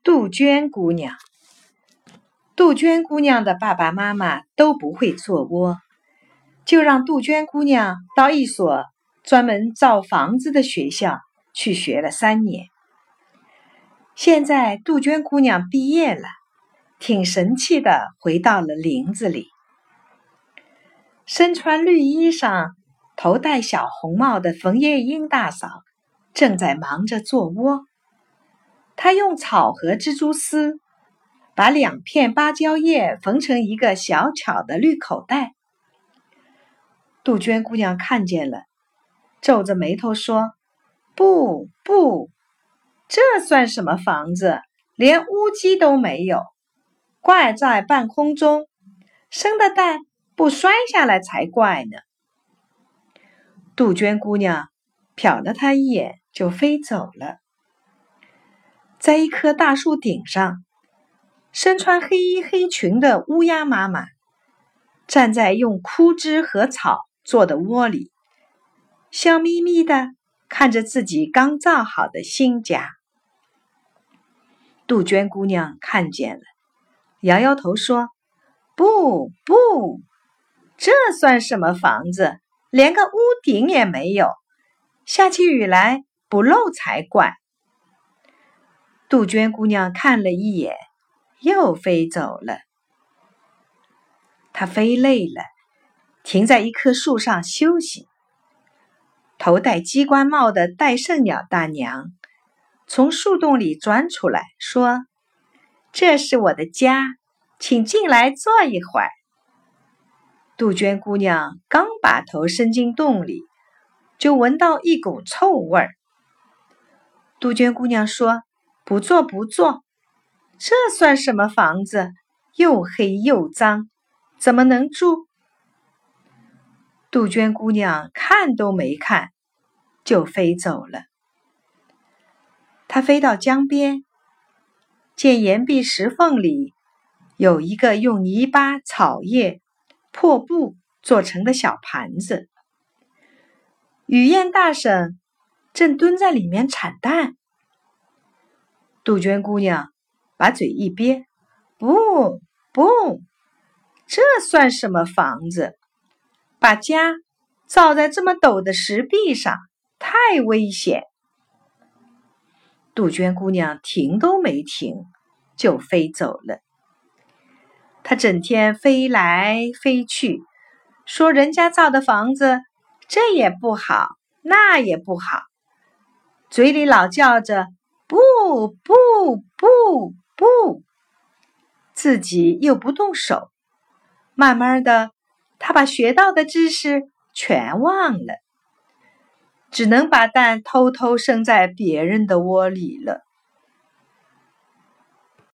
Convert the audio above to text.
杜鹃姑娘。杜鹃姑娘的爸爸妈妈都不会做窝，就让杜鹃姑娘到一所专门造房子的学校去学了3年。现在杜鹃姑娘毕业了，挺神气的回到了林子里。身穿绿衣裳、头戴小红帽的冯夜莺大嫂正在忙着做窝。她用草和蜘蛛丝把2片芭蕉叶缝成一个小巧的绿口袋。杜鹃姑娘看见了，皱着眉头说：不，这算什么房子，连屋基都没有，挂在半空中，生的蛋不摔下来才怪呢。杜鹃姑娘瞟了她一眼就飞走了。在一棵大树顶上，身穿黑衣黑裙的乌鸦妈妈站在用枯枝和草做的窝里，笑眯眯地看着自己刚造好的新家。杜鹃姑娘看见了，摇摇头说：不，这算什么房子，连个屋顶也没有，下起雨来不漏才怪。杜鹃姑娘看了一眼，又飞走了。她飞累了，停在一棵树上休息。头戴鸡冠帽的戴胜鸟大娘从树洞里钻出来，说：这是我的家，请进来坐一会儿。杜鹃姑娘刚把头伸进洞里，就闻到一股臭味儿。杜鹃姑娘说：不坐，这算什么房子，又黑又脏，怎么能住？杜鹃姑娘看都没看，就飞走了。她飞到江边，见岩壁石缝里有一个用泥巴、草叶、破布做成的小盘子，雨燕大婶正蹲在里面产蛋。杜鹃姑娘把嘴一憋：不，这算什么房子，把家造在这么陡的石壁上，太危险。杜鹃姑娘停都没停，就飞走了。她整天飞来飞去，说人家造的房子这也不好，那也不好，嘴里老叫着不，自己又不动手。慢慢的，他把学到的知识全忘了，只能把蛋偷偷生在别人的窝里了。